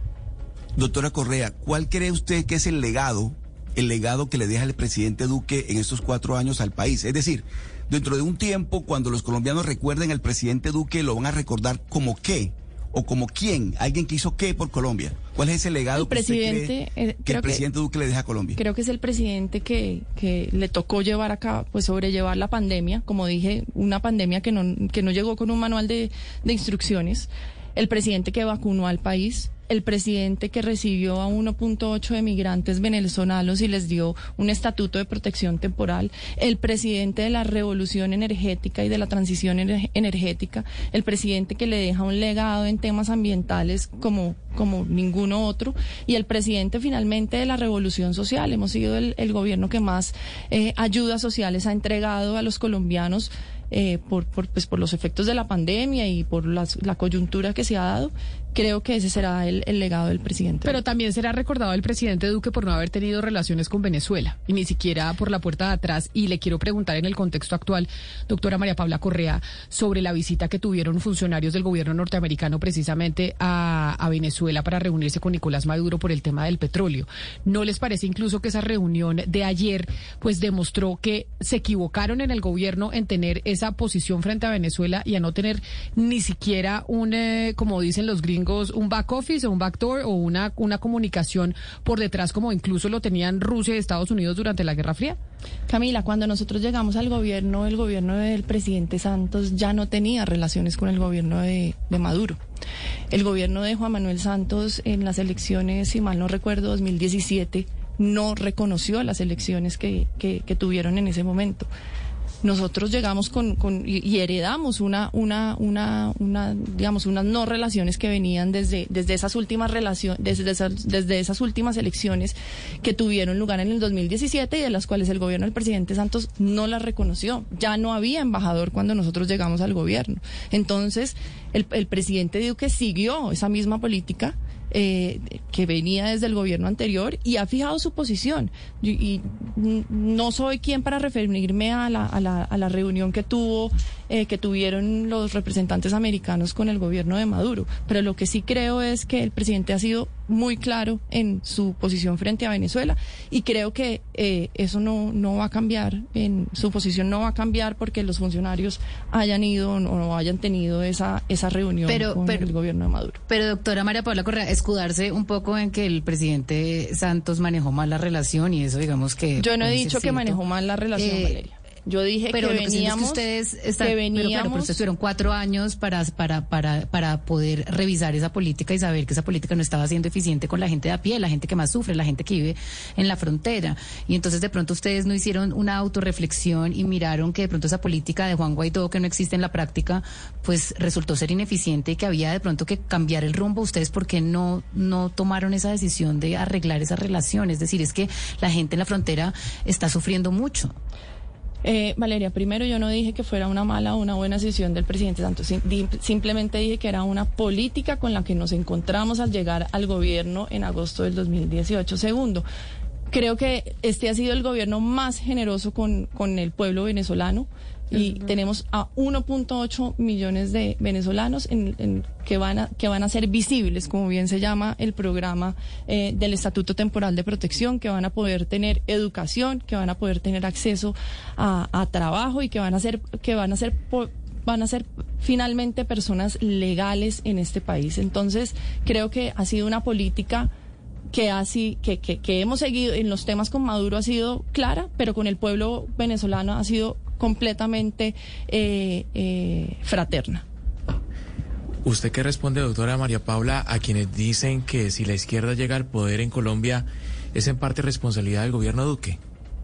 Doctora Correa, ¿cuál cree usted que es el legado el legado que le deja el presidente Duque en estos cuatro años al país? Es decir, dentro de un tiempo, cuando los colombianos recuerden al presidente Duque, lo van a recordar como qué o como quién, alguien que hizo qué por Colombia. ¿Cuál es ese legado el que usted presidente, cree eh, que el presidente que, Duque le deja a Colombia? Creo que es el presidente que, que le tocó llevar a cabo, pues sobrellevar la pandemia, como dije, una pandemia que no, que no llegó con un manual de, de instrucciones, el presidente que vacunó al país, el presidente que recibió a uno punto ocho de migrantes venezolanos y les dio un estatuto de protección temporal, el presidente de la revolución energética y de la transición energética, el presidente que le deja un legado en temas ambientales como, como ninguno otro, y el presidente finalmente de la revolución social. Hemos sido el, el gobierno que más eh, ayudas sociales ha entregado a los colombianos eh, por, por, pues, por los efectos de la pandemia y por las, la coyuntura que se ha dado. Creo que ese será el, el legado del presidente. Pero también será recordado el presidente Duque por no haber tenido relaciones con Venezuela, y ni siquiera por la puerta de atrás. Y le quiero preguntar en el contexto actual, doctora María Paula Correa, sobre la visita que tuvieron funcionarios del gobierno norteamericano precisamente a, a Venezuela para reunirse con Nicolás Maduro por el tema del petróleo. ¿No les parece incluso que esa reunión de ayer pues demostró que se equivocaron en el gobierno en tener esa posición frente a Venezuela y a no tener ni siquiera un, eh, como dicen los gringos, un back office o un backdoor o una, una comunicación por detrás, como incluso lo tenían Rusia y Estados Unidos durante la Guerra Fría? Camila, cuando nosotros llegamos al gobierno, el gobierno del presidente Santos ya no tenía relaciones con el gobierno de, de Maduro. El gobierno de Juan Manuel Santos en las elecciones, si mal no recuerdo, dos mil diecisiete, no reconoció las elecciones que, que, que tuvieron en ese momento. Nosotros llegamos con, con y, y heredamos una, una, una, una, digamos, unas no relaciones que venían desde, desde esas últimas relaciones, desde esas, desde esas últimas elecciones que tuvieron lugar en el dos mil diecisiete y de las cuales el gobierno del presidente Santos no las reconoció. Ya no había embajador cuando nosotros llegamos al gobierno. Entonces, el, el presidente Duque siguió esa misma política Eh, que venía desde el gobierno anterior y ha fijado su posición. Y, y no soy quien para referirme a la, a la, a la reunión que tuvo, eh, que tuvieron los representantes americanos con el gobierno de Maduro, pero lo que sí creo es que el presidente ha sido muy claro en su posición frente a Venezuela y creo que eh, eso no, no va a cambiar, en su posición no va a cambiar porque los funcionarios hayan ido o no hayan tenido esa, esa reunión pero, con pero, el gobierno de Maduro. Pero doctora María Paula Correa, escudarse un poco en que el presidente Santos manejó mal la relación y eso digamos que... Yo no he dicho que manejó mal la relación, eh, Valeria. Yo dije pero que veníamos, es que ustedes están, que veníamos, pero claro, pero ustedes tuvieron cuatro años para para para para poder revisar esa política y saber que esa política no estaba siendo eficiente con la gente de a pie, la gente que más sufre, la gente que vive en la frontera. Y entonces de pronto ustedes no hicieron una autorreflexión y miraron que de pronto esa política de Juan Guaidó, que no existe en la práctica, pues resultó ser ineficiente y que había de pronto que cambiar el rumbo. ¿Ustedes por qué no no tomaron esa decisión de arreglar esa relación? Es decir, es que la gente en la frontera está sufriendo mucho. Eh, Valeria, primero yo no dije que fuera una mala o una buena decisión del presidente Santos, Sim- di- simplemente dije que era una política con la que nos encontramos al llegar al gobierno en agosto del dos mil dieciocho. Segundo, creo que este ha sido el gobierno más generoso con, con el pueblo venezolano. y uh-huh. tenemos a uno punto ocho millones de venezolanos en, en, que van a que van a ser visibles, como bien se llama el programa eh, del Estatuto Temporal de Protección, que van a poder tener educación, que van a poder tener acceso a, a trabajo y que van a ser que van a ser po- van a ser finalmente personas legales en este país. Entonces, creo que ha sido una política que así que, que, que hemos seguido en los temas con Maduro, ha sido clara, pero con el pueblo venezolano ha sido completamente eh, eh, fraterna. ¿Usted qué responde, doctora María Paula, a quienes dicen que si la izquierda llega al poder en Colombia es en parte responsabilidad del gobierno Duque?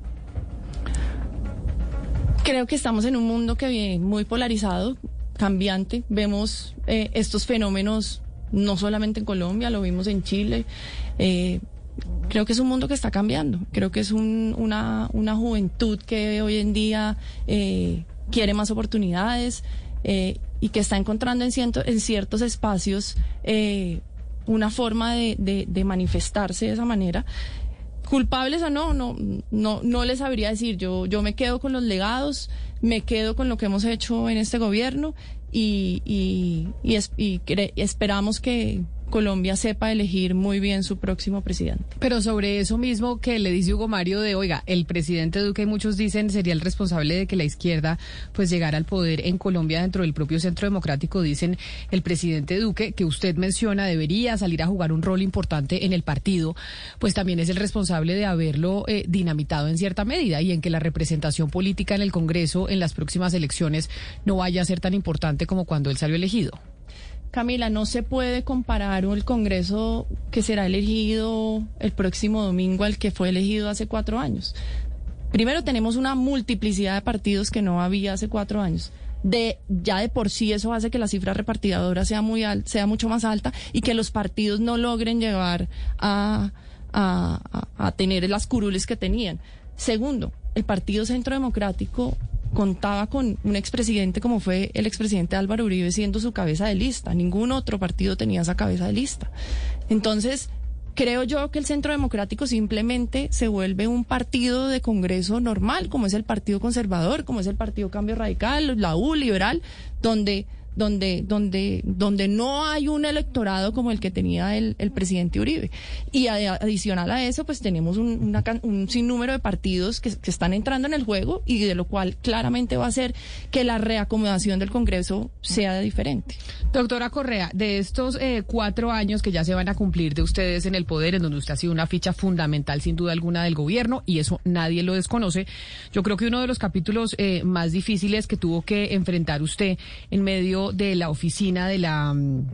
Creo que estamos en un mundo que viene muy polarizado, cambiante. Vemos eh, estos fenómenos no solamente en Colombia, lo vimos en Chile. Eh, creo que es un mundo que está cambiando. Creo que es un, una, una juventud que hoy en día eh, quiere más oportunidades eh, y que está encontrando en, ciento, en ciertos espacios eh, una forma de, de, de manifestarse de esa manera. Culpables o no, no, no, no les sabría decir. Yo, yo me quedo con los legados, me quedo con lo que hemos hecho en este gobierno y, y, y, es, y cre- esperamos que Colombia sepa elegir muy bien su próximo presidente. Pero sobre eso mismo que le dice Hugo Mario de, oiga, el presidente Duque, muchos dicen, sería el responsable de que la izquierda pues llegara al poder en Colombia dentro del propio Centro Democrático. Dicen el presidente Duque, que usted menciona, debería salir a jugar un rol importante en el partido, pues también es el responsable de haberlo eh, dinamitado en cierta medida y en que la representación política en el Congreso en las próximas elecciones no vaya a ser tan importante como cuando él salió elegido. Camila, no se puede comparar el Congreso que será elegido el próximo domingo al que fue elegido hace cuatro años. Primero, tenemos una multiplicidad de partidos que no había hace cuatro años. De, ya de por sí eso hace que la cifra repartidora sea muy al, sea mucho más alta y que los partidos no logren llegar a, a, a, a tener las curules que tenían. Segundo, el Partido Centro Democrático contaba con un expresidente como fue el expresidente Álvaro Uribe siendo su cabeza de lista. Ningún otro partido tenía esa cabeza de lista. Entonces, creo yo que el Centro Democrático simplemente se vuelve un partido de Congreso normal, como es el Partido Conservador, como es el Partido Cambio Radical, la U, Liberal, donde... donde donde donde no hay un electorado como el que tenía el, el presidente Uribe. Y a, adicional a eso, pues tenemos un, una, un sinnúmero de partidos que, que están entrando en el juego y de lo cual claramente va a hacer que la reacomodación del Congreso sea diferente. Doctora Correa, de estos eh, cuatro años que ya se van a cumplir de ustedes en el poder, en donde usted ha sido una ficha fundamental sin duda alguna del gobierno, y eso nadie lo desconoce, yo creo que uno de los capítulos eh, más difíciles que tuvo que enfrentar usted en medio de la oficina de la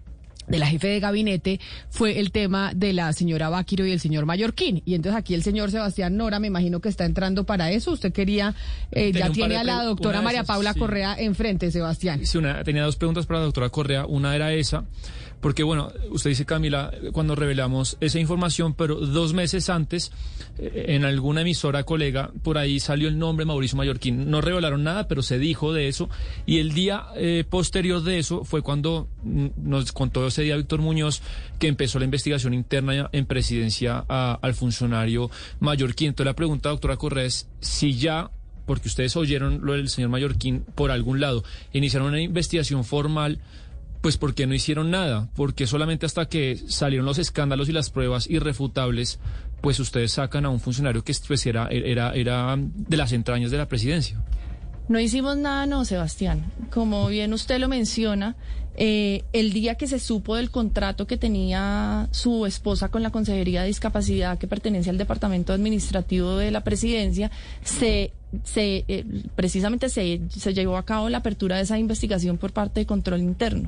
de la jefe de gabinete fue el tema de la señora Báquiro y el señor Mallorquín. Y entonces aquí el señor Sebastián Nora, me imagino que está entrando para eso. Usted quería, eh, ya tiene a la doctora María Paula sí. Correa enfrente, Sebastián. Sí, una, tenía dos preguntas para la doctora Correa. Una era esa, porque bueno, usted dice, Camila, cuando revelamos esa información, pero dos meses antes, eh, en alguna emisora colega, por ahí salió el nombre Mauricio Mallorquín. No revelaron nada, pero se dijo de eso. Y el día eh, posterior de eso fue cuando mm, nos contó ese día Víctor Muñoz que empezó la investigación interna en presidencia a, al funcionario Mallorquín. Entonces la pregunta, doctora Correa, es si ya, porque ustedes oyeron lo del señor Mallorquín por algún lado, iniciaron una investigación formal, pues ¿por qué no hicieron nada? Porque solamente hasta que salieron los escándalos y las pruebas irrefutables, pues ustedes sacan a un funcionario que pues, era, era, era de las entrañas de la presidencia. No hicimos nada, no, Sebastián. Como bien usted lo menciona, eh, el día que se supo del contrato que tenía su esposa con la Consejería de Discapacidad, que pertenece al Departamento Administrativo de la Presidencia, se, se eh, precisamente se, se llevó a cabo la apertura de esa investigación por parte de Control Interno.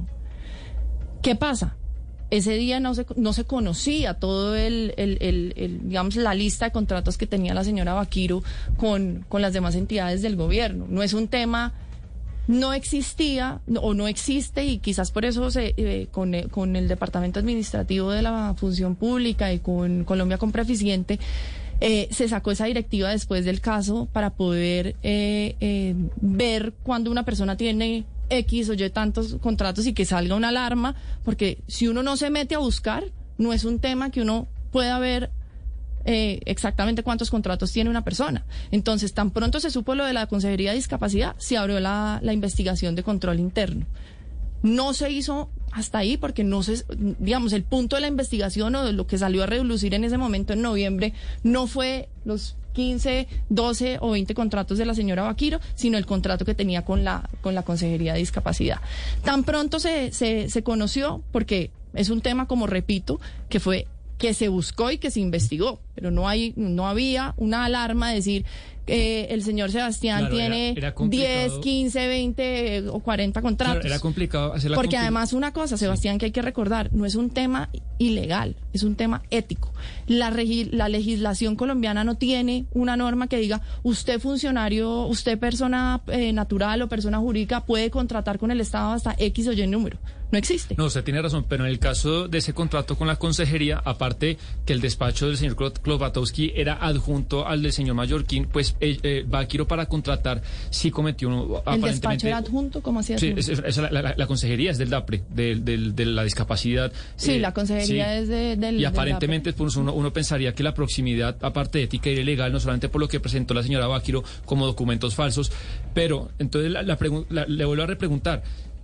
¿Qué pasa? Ese día no se, no se conocía todo el, el, el, el, digamos, la lista de contratos que tenía la señora Báquiro con, con las demás entidades del gobierno. No es un tema, no existía o no existe y quizás por eso se, eh, con, eh, con el Departamento Administrativo de la Función Pública y con Colombia Compra Eficiente, Eh, se sacó esa directiva después del caso para poder eh, eh, ver cuando una persona tiene X o Y tantos contratos y que salga una alarma, porque si uno no se mete a buscar, no es un tema que uno pueda ver eh, exactamente cuántos contratos tiene una persona. Entonces, tan pronto se supo lo de la Consejería de Discapacidad, se abrió la, la investigación de control interno. No se hizo hasta ahí porque no se, digamos, el punto de la investigación o de lo que salió a relucir en ese momento en noviembre no fue los quince, doce o veinte contratos de la señora Baquiro, sino el contrato que tenía con la, con la Consejería de Discapacidad. Tan pronto se, se, se conoció, porque es un tema, como repito, que fue que se buscó y que se investigó, pero no hay, no había una alarma de decir eh, el señor Sebastián claro, tiene era, era diez, quince, veinte o cuarenta contratos. Claro, era complicado hacer la Porque compli- además una cosa, Sebastián, sí. que hay que recordar, no es un tema ilegal, es un tema ético. La, regi- la legislación colombiana no tiene una norma que diga usted funcionario, usted persona eh, natural o persona jurídica puede contratar con el Estado hasta X o Y número. No existe. No, usted tiene razón, pero en el caso de ese contrato con la consejería, aparte que el despacho del señor Klobatowski era adjunto al del señor Mallorquín, pues eh, eh, Baquiro para contratar sí cometió uno, ¿El aparentemente... despacho era adjunto? ¿Cómo hacía Sí, adjunto? es, es, es la, la, la consejería es del DAPRE, de, de, de la discapacidad. Sí, eh, la consejería sí. es de, del Y aparentemente del pues uno, uno pensaría que la proximidad, aparte de ética y legal, no solamente por lo que presentó la señora Baquiro como documentos falsos, pero entonces la, la pregu- la, le vuelvo a repreguntar.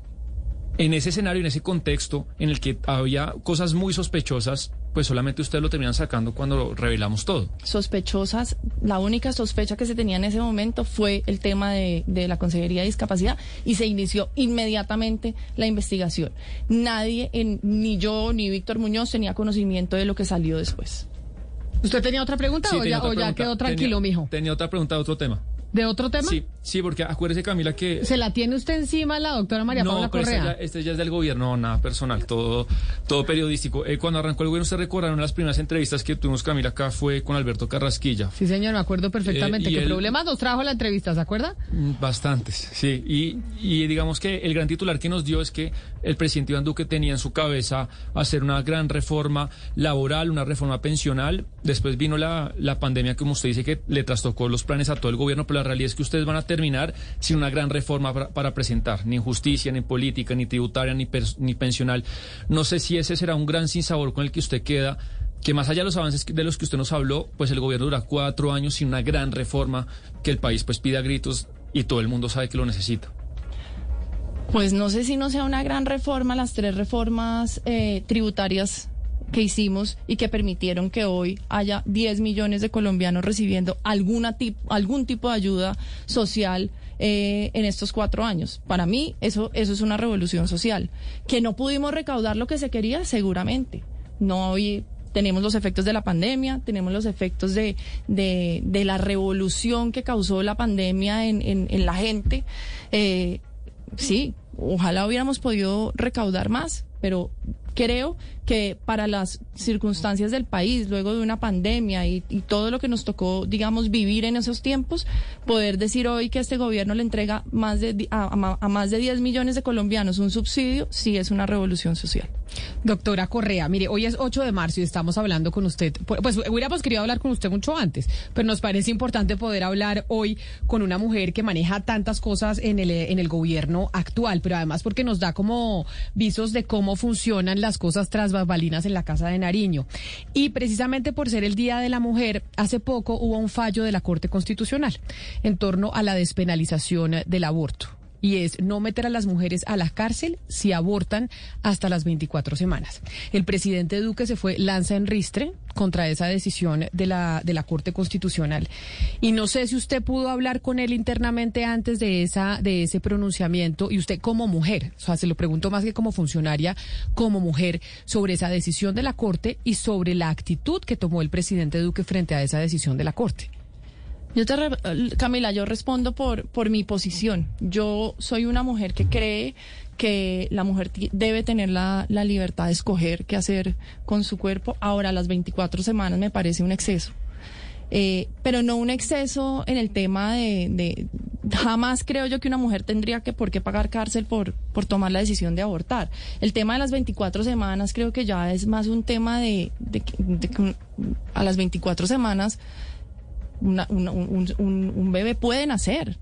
En ese escenario, en ese contexto en el que había cosas muy sospechosas, pues solamente ustedes lo terminan sacando cuando revelamos todo. Sospechosas, la única sospecha que se tenía en ese momento fue el tema de, de la Consejería de Discapacidad y se inició inmediatamente la investigación. Nadie, en, ni yo ni Víctor Muñoz tenía conocimiento de lo que salió después. ¿Usted tenía otra pregunta Sí, o, ya, otra o ya pregunta. quedó tranquilo, tenía, mijo? Tenía otra pregunta de otro tema. ¿De otro tema? Sí, sí, porque acuérdese, Camila, que... ¿Se la tiene usted encima la doctora María no, Paula pero Correa? No, este, este ya es del gobierno, nada personal, todo todo periodístico. Eh, cuando arrancó el gobierno, usted recordaron las primeras entrevistas que tuvimos, Camila, acá fue con Alberto Carrasquilla. Sí, señor, me acuerdo perfectamente. Eh, ¿Qué él, problemas nos trajo la entrevista, se acuerda? Bastantes, sí. Y, y digamos que el gran titular que nos dio es que el presidente Iván Duque tenía en su cabeza hacer una gran reforma laboral, una reforma pensional. Después vino la, la pandemia, como usted dice, que le trastocó los planes a todo el gobierno, pero la realidad es que ustedes van a terminar sin una gran reforma para, para presentar, ni en justicia, ni en política, ni tributaria, ni, pers- ni pensional. No sé si ese será un gran sinsabor con el que usted queda, que más allá de los avances de los que usted nos habló, pues el gobierno dura cuatro años sin una gran reforma que el país pues pide a gritos y todo el mundo sabe que lo necesita. Pues no sé si no sea una gran reforma, las tres reformas eh, tributarias que hicimos y que permitieron que hoy haya diez millones de colombianos recibiendo alguna tip, algún tipo de ayuda social eh, en estos cuatro años. Para mí eso, eso es una revolución social. Que no pudimos recaudar lo que se quería, seguramente. No hoy tenemos los efectos de la pandemia, tenemos los efectos de, de, de la revolución que causó la pandemia en, en, en la gente. Eh, sí, ojalá hubiéramos podido recaudar más, pero creo que para las circunstancias del país, luego de una pandemia y, y todo lo que nos tocó, digamos, vivir en esos tiempos, poder decir hoy que este gobierno le entrega más de, a, a, a más de diez millones de colombianos un subsidio, sí es una revolución social. Doctora Correa, mire, hoy es ocho de marzo y estamos hablando con usted, pues hubiéramos querido hablar con usted mucho antes, pero nos parece importante poder hablar hoy con una mujer que maneja tantas cosas en el, en el gobierno actual, pero además porque nos da como visos de cómo funcionan las cosas tras bambalinas en la Casa de Nariño. Y precisamente por ser el Día de la Mujer, hace poco hubo un fallo de la Corte Constitucional en torno a la despenalización del aborto. Y es no meter a las mujeres a la cárcel si abortan hasta las veinticuatro semanas. El presidente Duque se fue lanza en ristre contra esa decisión de la, de la Corte Constitucional. Y no sé si usted pudo hablar con él internamente antes de esa, de ese pronunciamiento, y usted como mujer, o sea, se lo pregunto más que como funcionaria, como mujer, sobre esa decisión de la Corte y sobre la actitud que tomó el presidente Duque frente a esa decisión de la Corte. Yo te, re- Camila, yo respondo por, por mi posición. Yo soy una mujer que cree que la mujer t- debe tener la, la libertad de escoger qué hacer con su cuerpo. Ahora, las veinticuatro semanas me parece un exceso. Eh, pero no un exceso en el tema de, de... Jamás creo yo que una mujer tendría que por qué pagar cárcel por, por tomar la decisión de abortar. El tema de las veinticuatro semanas creo que ya es más un tema de, de, de, de a las veinticuatro semanas... Una, una, un, un, un bebé puede nacer.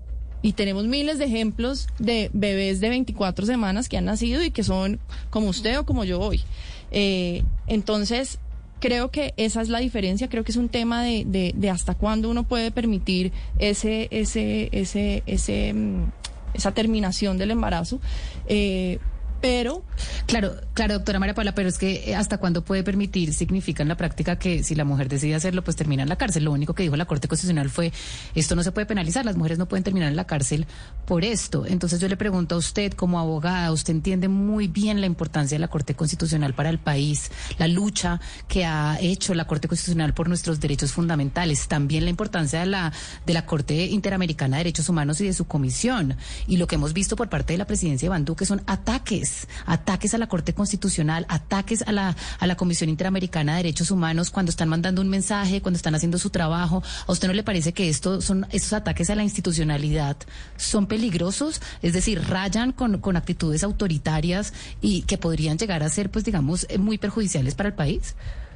Y tenemos miles de ejemplos de bebés de veinticuatro semanas que han nacido y que son como usted o como yo hoy. Eh, entonces, creo que esa es la diferencia, creo que es un tema de, de, de hasta cuándo uno puede permitir ese, ese, ese, ese, esa terminación del embarazo. Eh, Pero, claro, claro, doctora María Paula, pero es que hasta cuándo puede permitir significa en la práctica que si la mujer decide hacerlo, pues termina en la cárcel. Lo único que dijo la Corte Constitucional fue, esto no se puede penalizar, las mujeres no pueden terminar en la cárcel por esto. Entonces yo le pregunto a usted, como abogada, usted entiende muy bien la importancia de la Corte Constitucional para el país, la lucha que ha hecho la Corte Constitucional por nuestros derechos fundamentales, también la importancia de la, de la Corte Interamericana de Derechos Humanos y de su comisión. Y lo que hemos visto por parte de la presidencia de Iván Duque son ataques ataques a la Corte Constitucional, ataques a la a la Comisión Interamericana de Derechos Humanos cuando están mandando un mensaje, cuando están haciendo su trabajo. ¿A usted no le parece que esto son estos ataques a la institucionalidad son peligrosos? Es decir, rayan con, con actitudes autoritarias y que podrían llegar a ser, pues digamos, muy perjudiciales para el país.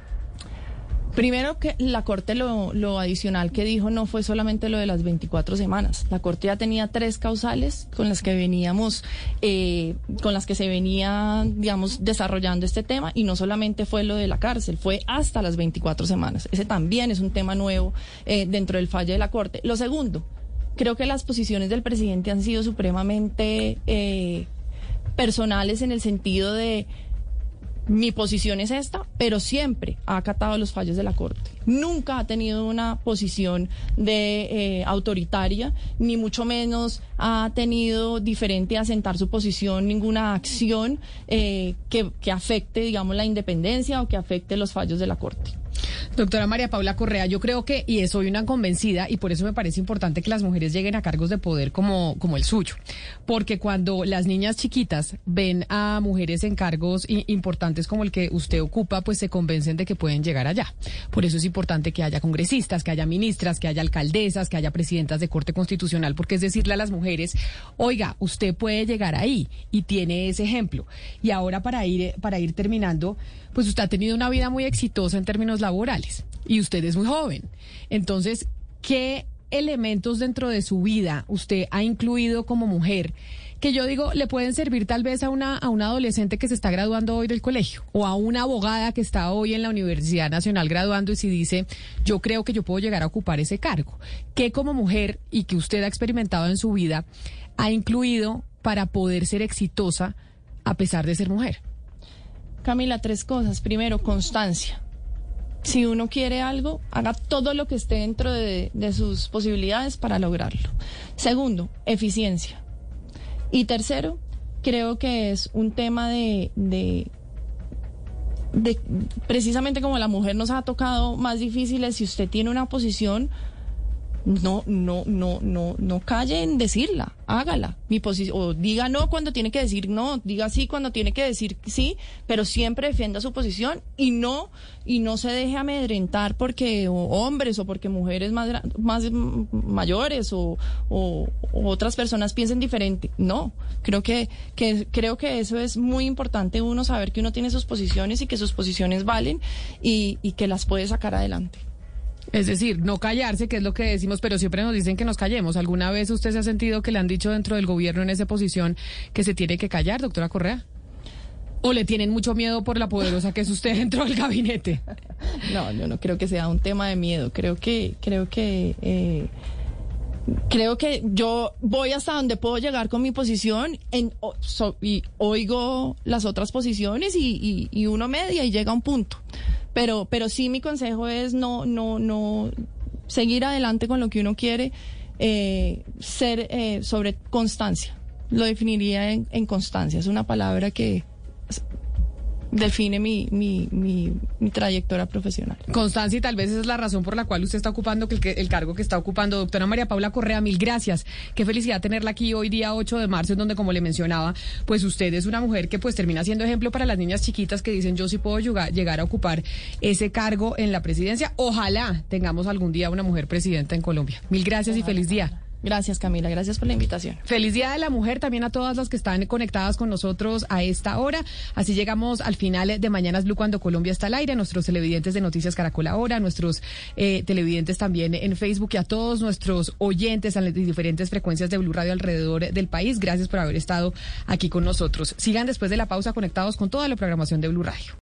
Primero que la Corte lo, lo adicional que dijo no fue solamente lo de las veinticuatro semanas. La Corte ya tenía tres causales con las que veníamos, eh, con las que se venía, digamos, desarrollando este tema, y no solamente fue lo de la cárcel, fue hasta las veinticuatro semanas. Ese también es un tema nuevo eh, dentro del fallo de la Corte. Lo segundo, creo que las posiciones del presidente han sido supremamente eh, personales en el sentido de mi posición es esta, pero siempre ha acatado los fallos de la Corte. Nunca ha tenido una posición de eh, autoritaria, ni mucho menos ha tenido diferente a sentar su posición ninguna acción eh, que, que afecte, digamos, la independencia o que afecte los fallos de la Corte. Doctora María Paula Correa, yo creo que, y soy una convencida, y por eso me parece importante que las mujeres lleguen a cargos de poder como, como el suyo, porque cuando las niñas chiquitas ven a mujeres en cargos importantes como el que usted ocupa, pues se convencen de que pueden llegar allá. Por eso es importante que haya congresistas, que haya ministras, que haya alcaldesas, que haya presidentas de Corte Constitucional, porque es decirle a las mujeres, oiga, usted puede llegar ahí, y tiene ese ejemplo. Y ahora para ir, para ir terminando, pues usted ha tenido una vida muy exitosa en términos laborales y usted es muy joven. Entonces, ¿qué elementos dentro de su vida usted ha incluido como mujer que yo digo le pueden servir tal vez a una a una adolescente que se está graduando hoy del colegio o a una abogada que está hoy en la Universidad Nacional graduando y si dice, yo creo que yo puedo llegar a ocupar ese cargo? ¿Qué como mujer y que usted ha experimentado en su vida ha incluido para poder ser exitosa a pesar de ser mujer? Camila, tres cosas. Primero, constancia. Si uno quiere algo, haga todo lo que esté dentro de, de sus posibilidades para lograrlo. Segundo, eficiencia. Y tercero, creo que es un tema de, de, de precisamente como la mujer nos ha tocado más difíciles, si usted tiene una posición, no, no, no, no, no calle en decirla, hágala. Mi posición, o diga no cuando tiene que decir no, diga sí cuando tiene que decir sí, pero siempre defienda su posición y no, y no se deje amedrentar porque o hombres o porque mujeres más, más mayores o, o, o otras personas piensen diferente. No, creo que, que, creo que eso es muy importante, uno saber que uno tiene sus posiciones y que sus posiciones valen y, y que las puede sacar adelante. Es decir, no callarse, que es lo que decimos, pero siempre nos dicen que nos callemos. ¿Alguna vez usted se ha sentido que le han dicho dentro del gobierno en esa posición que se tiene que callar, doctora Correa? ¿O le tienen mucho miedo por la poderosa que es usted dentro del gabinete? No, yo no creo que sea un tema de miedo. Creo que, creo que, eh, creo que yo voy hasta donde puedo llegar con mi posición en, o, so, y oigo las otras posiciones y, y, y uno media y llega a un punto. Pero, pero sí mi consejo es no, no, no seguir adelante con lo que uno quiere, eh, ser eh, sobre constancia. Lo definiría en, en constancia. Es una palabra que define mi, mi, mi, mi trayectoria profesional. Constancia, y tal vez esa es la razón por la cual usted está ocupando el, el cargo que está ocupando. Doctora María Paula Correa, mil gracias. Qué felicidad tenerla aquí hoy día ocho de marzo, en donde, como le mencionaba, pues usted es una mujer que pues termina siendo ejemplo para las niñas chiquitas que dicen, yo sí puedo llegar, llegar a ocupar ese cargo en la presidencia. Ojalá tengamos algún día una mujer presidenta en Colombia. Mil gracias. Ojalá. Y feliz día. Gracias, Camila. Gracias por la invitación. Feliz Día de la Mujer también a todas las que están conectadas con nosotros a esta hora. Así llegamos al final de Mañanas Blue cuando Colombia está al aire. A nuestros televidentes de Noticias Caracol Ahora, a nuestros eh, televidentes también en Facebook y a todos nuestros oyentes a las diferentes frecuencias de Blue Radio alrededor del país. Gracias por haber estado aquí con nosotros. Sigan después de la pausa conectados con toda la programación de Blue Radio.